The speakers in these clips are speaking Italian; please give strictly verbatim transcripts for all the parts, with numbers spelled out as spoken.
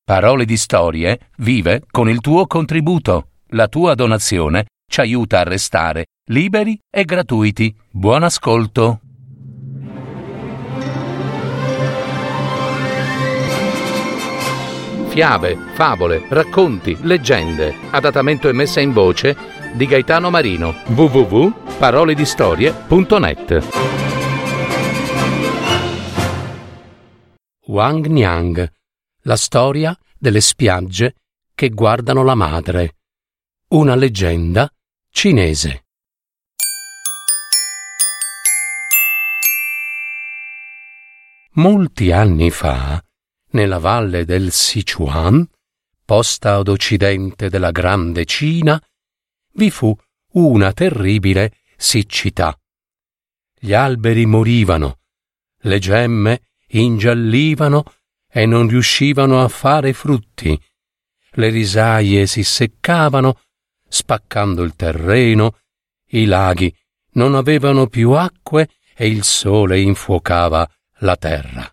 Parole di Storie vive con il tuo contributo. La tua donazione ci aiuta a restare liberi e gratuiti. Buon ascolto. Fiabe, favole, racconti, leggende. Adattamento e messa in voce di Gaetano Marino. w w w punto parole di storie punto net. Wang Niang, la storia delle spiagge che guardano la madre. Una leggenda cinese. Molti anni fa, nella valle del Sichuan, posta ad occidente della grande Cina, vi fu una terribile siccità. Gli alberi morivano, le gemme ingiallivano e non riuscivano a fare frutti, le risaie si seccavano, spaccando il terreno, i laghi non avevano più acque e il sole infuocava la terra.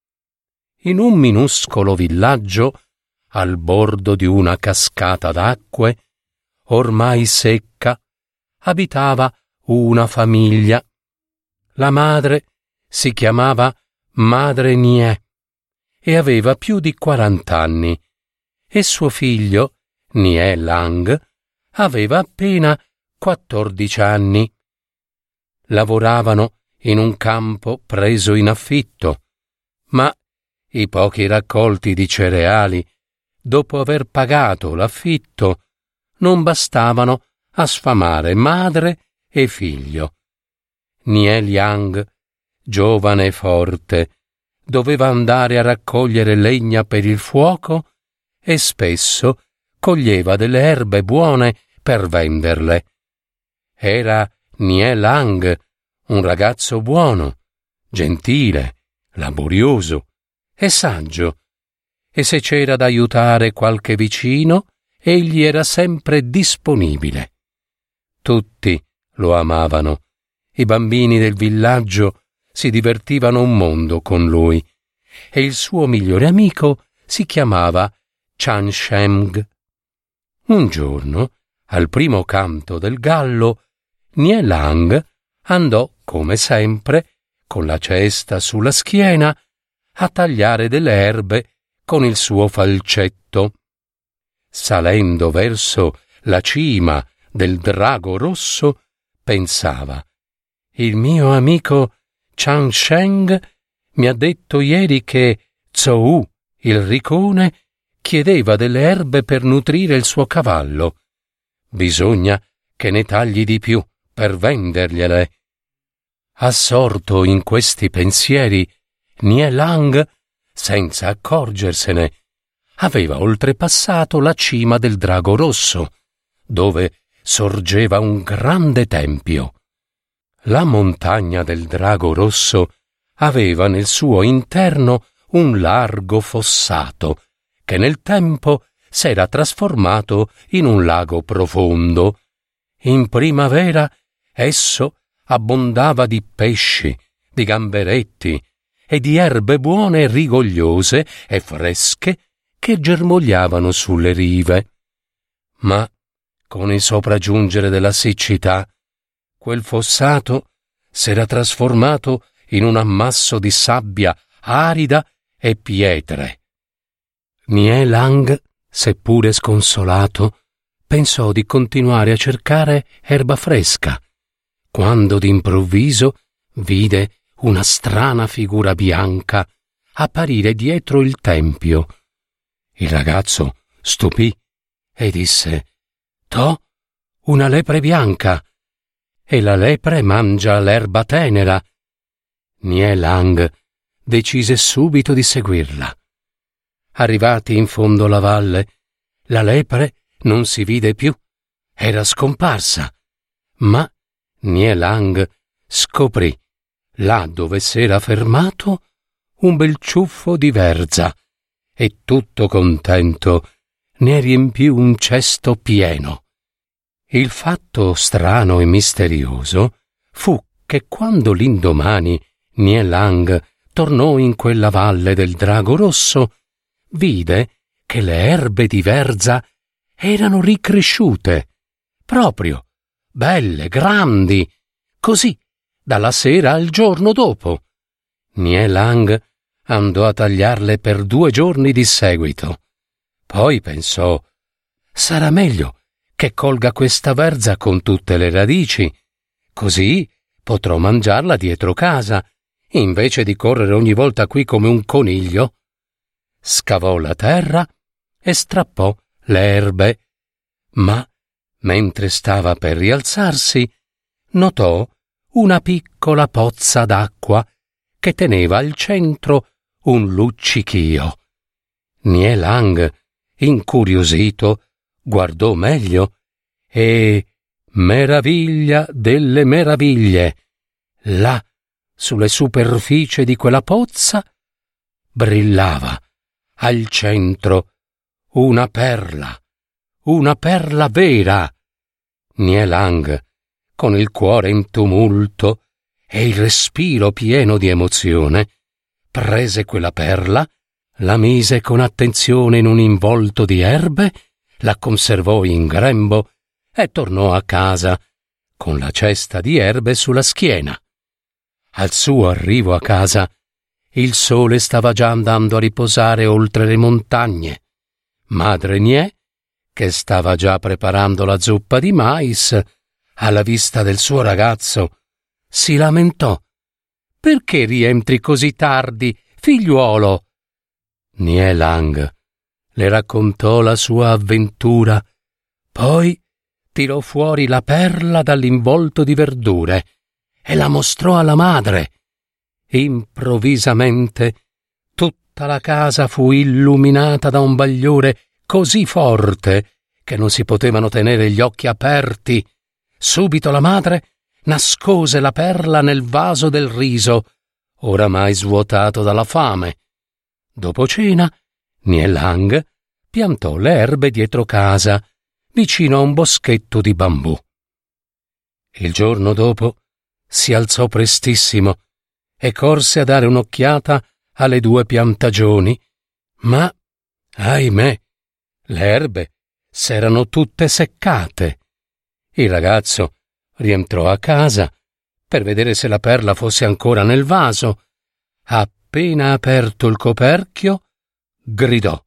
In un minuscolo villaggio, al bordo di una cascata d'acque, ormai secca, abitava una famiglia. La madre si chiamava Madre Nie e aveva più di quarant'anni, e suo figlio, Nie Lang, aveva appena quattordici anni. Lavoravano in un campo preso in affitto, ma i pochi raccolti di cereali, dopo aver pagato l'affitto, non bastavano a sfamare madre e figlio. Nie Liang, giovane e forte, doveva andare a raccogliere legna per il fuoco e spesso coglieva delle erbe buone per venderle. Era Nie Lang, un ragazzo buono, gentile, laborioso e saggio, e se c'era da aiutare qualche vicino, egli era sempre disponibile. Tutti lo amavano. I bambini del villaggio si divertivano un mondo con lui, e il suo migliore amico si chiamava Chan Sheng. Un giorno, al primo canto del gallo, Nie Lang andò, come sempre, con la cesta sulla schiena, a tagliare delle erbe con il suo falcetto. Salendo verso la cima del drago rosso, pensava: il mio amico Chan Sheng mi ha detto ieri che Zhou, il ricone, chiedeva delle erbe per nutrire il suo cavallo. Bisogna che ne tagli di più per vendergliele. Assorto in questi pensieri, Nie Lang, senza accorgersene, aveva oltrepassato la cima del drago rosso, dove sorgeva un grande tempio. La montagna del drago rosso aveva nel suo interno un largo fossato, che nel tempo s'era trasformato in un lago profondo. In primavera esso abbondava di pesci, di gamberetti e di erbe buone e rigogliose e fresche che germogliavano sulle rive. Ma con il sopraggiungere della siccità, quel fossato s'era trasformato in un ammasso di sabbia arida e pietre. Nie Lang, seppure sconsolato, pensò di continuare a cercare erba fresca, quando d'improvviso vide una strana figura bianca apparire dietro il tempio. Il ragazzo stupì e disse: «Toh, una lepre bianca! E la lepre mangia l'erba tenera!» Nie Lang decise subito di seguirla. Arrivati in fondo alla valle, la lepre non si vide più, era scomparsa, ma Nie Lang scoprì, là dove s'era fermato, un bel ciuffo di verza, e tutto contento ne riempì un cesto pieno. Il fatto strano e misterioso fu che quando l'indomani Nie Lang tornò in quella valle del drago rosso, vide che le erbe di verza erano ricresciute, proprio, belle, grandi, così, dalla sera al giorno dopo. Nie Lang andò a tagliarle per due giorni di seguito. Poi pensò, sarà meglio che colga questa verza con tutte le radici, così potrò mangiarla dietro casa, invece di correre ogni volta qui come un coniglio. Scavò la terra e strappò le erbe, ma mentre stava per rialzarsi, notò una piccola pozza d'acqua che teneva al centro un luccichio. Nie Lang, incuriosito, guardò meglio e, meraviglia delle meraviglie, là, sulle superfici di quella pozza, brillava al centro una perla, una perla vera. Nie Lang, con il cuore in tumulto e il respiro pieno di emozione, prese quella perla, la mise con attenzione in un involto di erbe, la conservò in grembo e tornò a casa con la cesta di erbe sulla schiena. Al suo arrivo a casa, il sole stava già andando a riposare oltre le montagne. Madre Nie, che stava già preparando la zuppa di mais, alla vista del suo ragazzo, si lamentò. «Perché rientri così tardi, figliuolo?» Nie Lang le raccontò la sua avventura, poi tirò fuori la perla dall'involto di verdure e la mostrò alla madre. Improvvisamente tutta la casa fu illuminata da un bagliore così forte che non si potevano tenere gli occhi aperti. Subito la madre nascose la perla nel vaso del riso, oramai svuotato dalla fame. Dopo cena, Nie Lang piantò le erbe dietro casa, vicino a un boschetto di bambù. Il giorno dopo si alzò prestissimo e corse a dare un'occhiata alle due piantagioni, ma, ahimè, le erbe s'erano tutte seccate. Il ragazzo rientrò a casa per vedere se la perla fosse ancora nel vaso. Appena aperto il coperchio, gridò: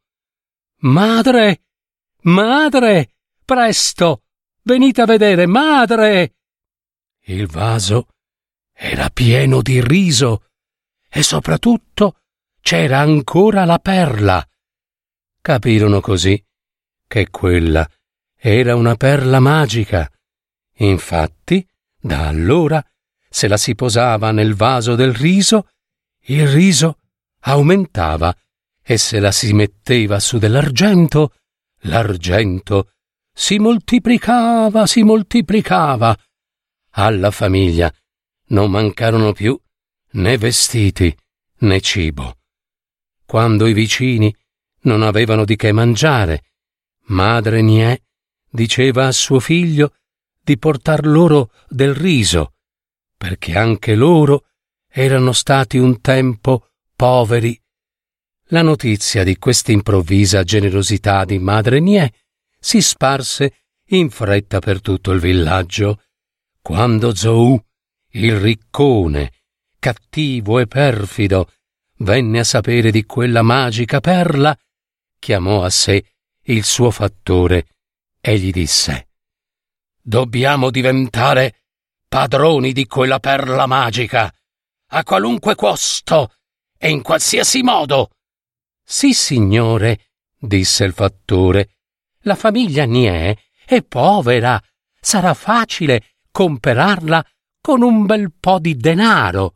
«Madre! Madre! Presto! Venite a vedere, madre!» Il vaso era pieno di riso e soprattutto c'era ancora la perla. Capirono così che quella era una perla magica. Infatti, da allora, se la si posava nel vaso del riso, il riso aumentava, e se la si metteva su dell'argento, l'argento si moltiplicava, si moltiplicava. Alla famiglia non mancarono più né vestiti né cibo. Quando i vicini non avevano di che mangiare, madre Nie diceva a suo figlio di portar loro del riso, perché anche loro erano stati un tempo poveri. La notizia di questa improvvisa generosità di madre Nie si sparse in fretta per tutto il villaggio. Quando Zhou, il riccone, cattivo e perfido, venne a sapere di quella magica perla, chiamò a sé il suo fattore e gli disse: «Dobbiamo diventare padroni di quella perla magica, a qualunque costo e in qualsiasi modo». «Sì, signore», disse il fattore, «la famiglia Nie è povera, sarà facile comperarla con un bel po' di denaro».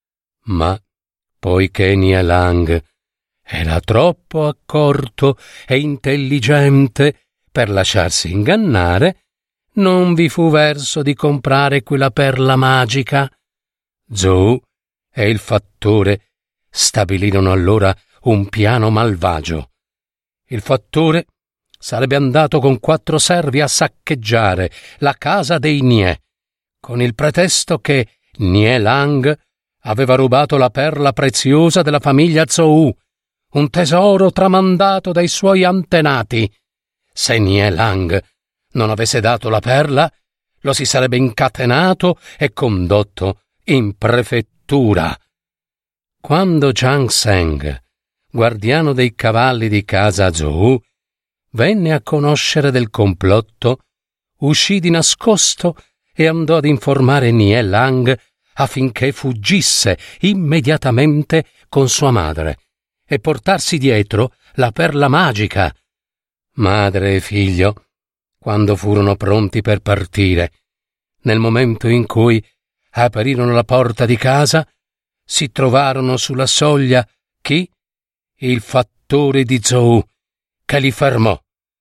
Ma, poiché Nie Lang era troppo accorto e intelligente per lasciarsi ingannare, non vi fu verso di comprare quella perla magica. Zhou e il fattore stabilirono allora un piano malvagio. Il fattore sarebbe andato con quattro servi a saccheggiare la casa dei Nie, con il pretesto che Nie Lang aveva rubato la perla preziosa della famiglia Zhou, un tesoro tramandato dai suoi antenati. Se Nie Lang non avesse dato la perla, lo si sarebbe incatenato e condotto in prefettura. Quando Chang Seng, guardiano dei cavalli di casa Zhou, venne a conoscere del complotto, uscì di nascosto e andò ad informare Nie Lang affinché fuggisse immediatamente con sua madre e portarsi dietro la perla magica. Madre e figlio, quando furono pronti per partire, nel momento in cui aprirono la porta di casa, si trovarono sulla soglia chi? Il fattore di Zhou, che li fermò.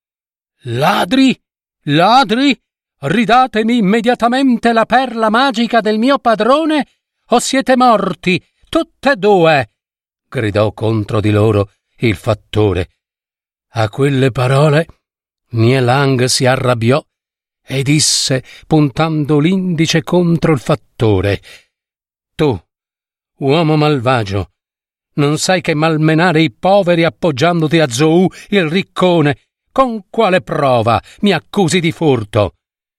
«Ladri! Ladri! Ridatemi immediatamente la perla magica del mio padrone o siete morti, tutte e due!» gridò contro di loro il fattore. A quelle parole Nie Lang si arrabbiò e disse, puntando l'indice contro il fattore: «Tu, uomo malvagio, non sai che malmenare i poveri appoggiandoti a Zhou, il riccone. Con quale prova mi accusi di furto?»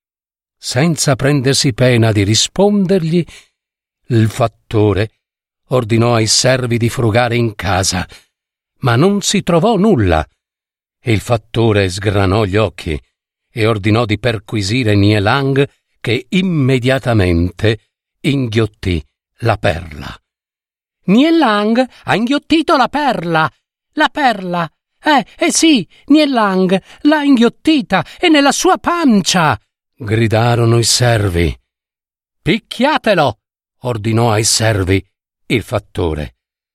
Senza prendersi pena di rispondergli, il fattore ordinò ai servi di frugare in casa, ma non si trovò nulla. Il fattore sgranò gli occhi e ordinò di perquisire Nie Lang, che immediatamente inghiottì la perla. «Nie Lang ha inghiottito la perla! La perla! Eh, eh sì, Nie Lang l'ha inghiottita, è nella sua pancia!» gridarono i servi. «Picchiatelo!» ordinò ai servi il fattore.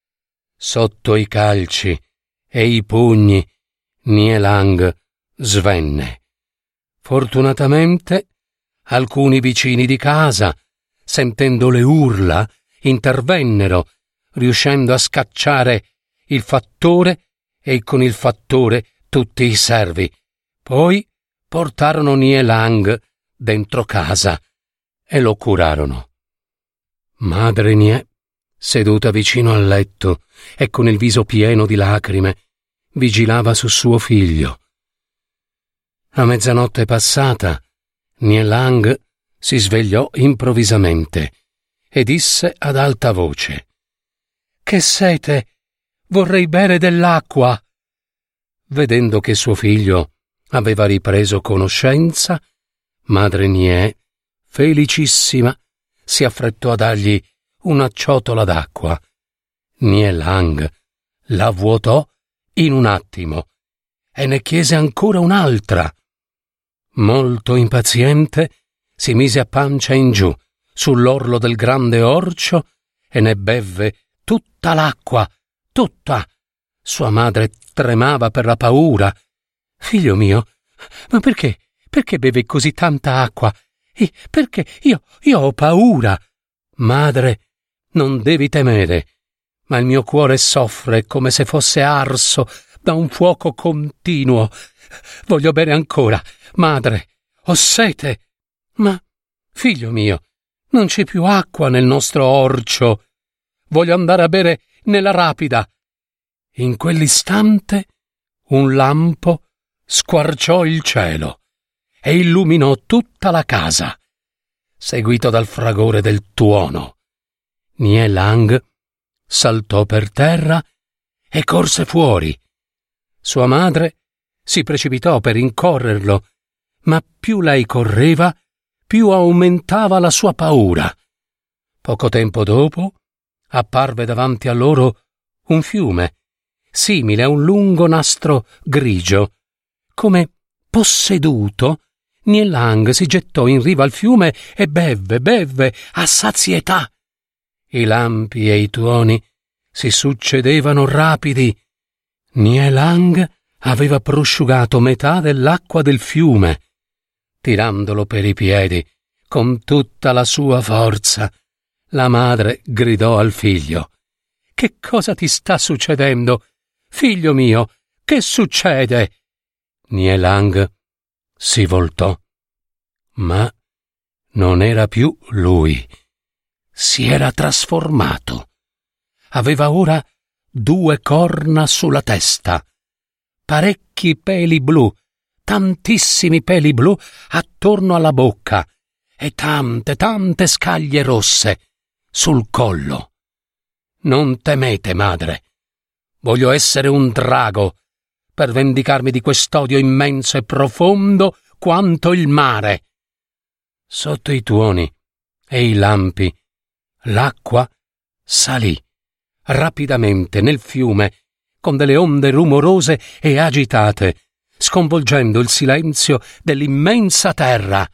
Sotto i calci e i pugni Nie Lang svenne. Fortunatamente alcuni vicini di casa, sentendo le urla, intervennero, riuscendo a scacciare il fattore e con il fattore tutti i servi. Poi portarono Nie Lang dentro casa e lo curarono. Madre Nie, seduta vicino al letto e con il viso pieno di lacrime, vigilava su suo figlio. A mezzanotte passata, Nie Lang si svegliò improvvisamente e disse ad alta voce: «Che sete! Vorrei bere dell'acqua!» Vedendo che suo figlio aveva ripreso conoscenza, madre Nie, felicissima, si affrettò a dargli una ciotola d'acqua. Nie Lang la vuotò in un attimo e ne chiese ancora un'altra. Molto impaziente, si mise a pancia in giù sull'orlo del grande orcio e ne bevve tutta l'acqua, tutta. Sua madre tremava per la paura. «Figlio mio, ma perché? Perché bevi così tanta acqua? E perché? Io, io ho paura!» «Madre, non devi temere, ma il mio cuore soffre come se fosse arso da un fuoco continuo. Voglio bere ancora, madre, ho sete!» «Ma, figlio mio, non c'è più acqua nel nostro orcio. Voglio andare a bere nella rapida.» In quell'istante un lampo squarciò il cielo e illuminò tutta la casa, seguito dal fragore del tuono. Nie Lang saltò per terra e corse fuori. Sua madre si precipitò per rincorrerlo, ma più lei correva, più aumentava la sua paura. Poco tempo dopo apparve davanti a loro un fiume, simile a un lungo nastro grigio. Come posseduto, Nie Lang si gettò in riva al fiume e bevve, bevve a sazietà. I lampi e i tuoni si succedevano rapidi. Nie Lang aveva prosciugato metà dell'acqua del fiume. Tirandolo per i piedi con tutta la sua forza, la madre gridò al figlio: «Che cosa ti sta succedendo? Figlio mio, che succede?» Nie Lang si voltò, ma non era più lui. Si era trasformato. Aveva ora due corna sulla testa, parecchi peli blu, tantissimi peli blu attorno alla bocca e tante, tante scaglie rosse sul collo. Non temete, madre. Voglio essere un drago per vendicarmi di quest'odio immenso e profondo quanto il mare. Sotto i tuoni e i lampi, l'acqua salì rapidamente nel fiume con delle onde rumorose e agitate, sconvolgendo il silenzio dell'immensa terra.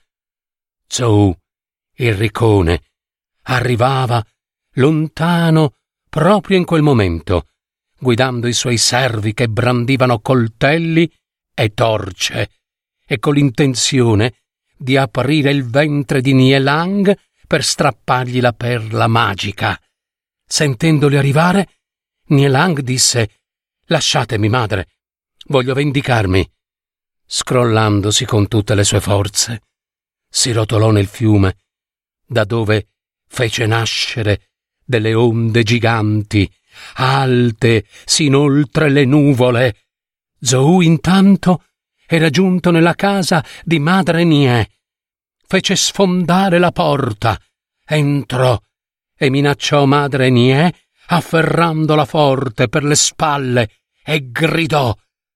Zou, il riccone, arrivava lontano proprio in quel momento, guidando i suoi servi che brandivano coltelli e torce, e con l'intenzione di aprire il ventre di Nielang per strappargli la perla magica. Sentendoli arrivare, Nielang disse: «Lasciatemi, madre, voglio vendicarmi». Scrollandosi con tutte le sue forze, si rotolò nel fiume, da dove fece nascere delle onde giganti, alte sino oltre le nuvole. Zou intanto era giunto nella casa di madre Nie. Fece sfondare la porta, entrò e minacciò madre Nie afferrandola forte per le spalle e gridò: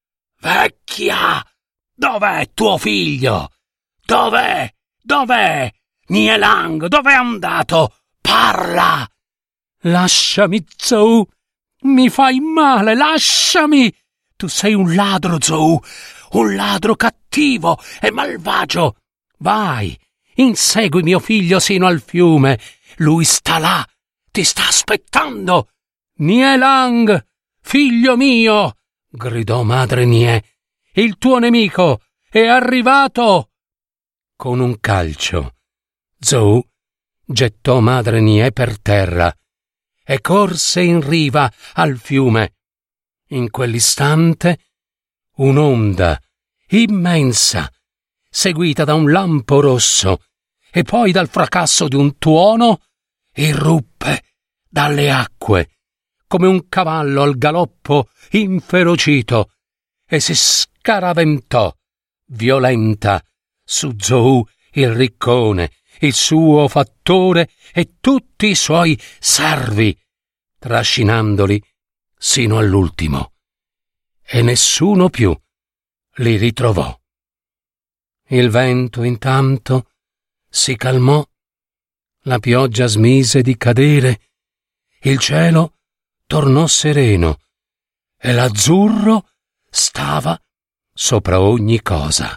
«Vecchia, dov'è tuo figlio? Dov'è? Dov'è? Nielang, dov'è andato? Parla!» «Lasciami, Zou! Mi fai male, lasciami! Tu sei un ladro, Zou! Un ladro cattivo e malvagio! Vai, insegui mio figlio sino al fiume! Lui sta là, ti sta aspettando!» «Nielang, figlio mio!» gridò madre Nie. «Il tuo nemico è arrivato!» Con un calcio, Zou gettò madre Nie per terra e corse in riva al fiume. In quell'istante un'onda immensa, seguita da un lampo rosso e poi dal fracasso di un tuono, irruppe dalle acque come un cavallo al galoppo inferocito e si scaraventò violenta su Zou il riccone, il suo fattore e tutti i suoi servi, trascinandoli sino all'ultimo, e nessuno più li ritrovò. Il vento intanto si calmò, la pioggia smise di cadere, il cielo tornò sereno e l'azzurro stava sopra ogni cosa.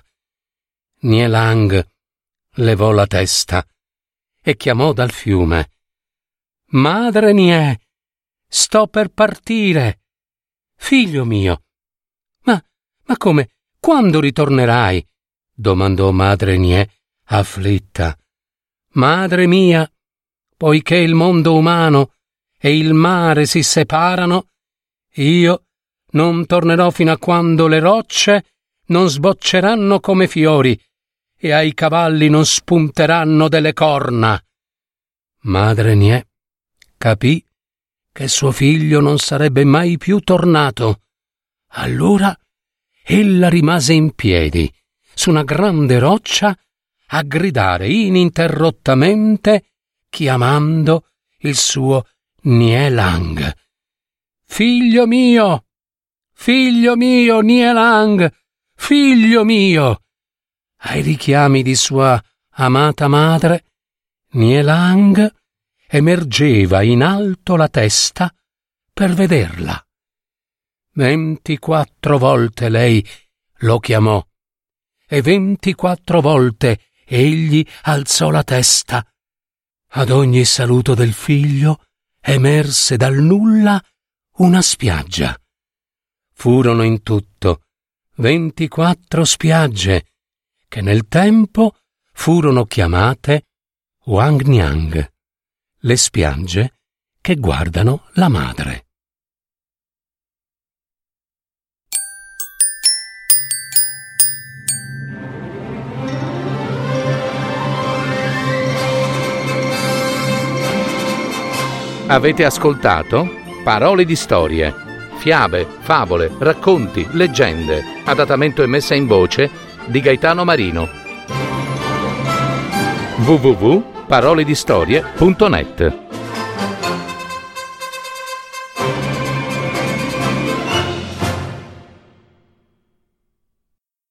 Nielang levò la testa e chiamò dal fiume: «Madre Nie, sto per partire. Figlio mio!» Ma, ma come, quando ritornerai?» domandò madre Nie, afflitta. «Madre mia, poiché il mondo umano e il mare si separano, io non tornerò fino a quando le rocce non sbocceranno come fiori e ai cavalli non spunteranno delle corna». Madre Nie capì che suo figlio non sarebbe mai più tornato. Allora ella rimase in piedi su una grande roccia a gridare ininterrottamente, chiamando il suo Nielang: «Figlio mio! Figlio mio, Nielang! Figlio mio!» Ai richiami di sua amata madre, Nielang emergeva in alto la testa per vederla. Ventiquattro volte lei lo chiamò e ventiquattro volte egli alzò la testa. Ad ogni saluto del figlio emerse dal nulla una spiaggia. Furono in tutto ventiquattro spiagge che nel tempo furono chiamate Wangniang, le spiagge che guardano la madre. Avete ascoltato Parole di storie. Fiabe, favole, racconti, leggende. Adattamento e messa in voce di Gaetano Marino. w w w punto paroledistorie punto net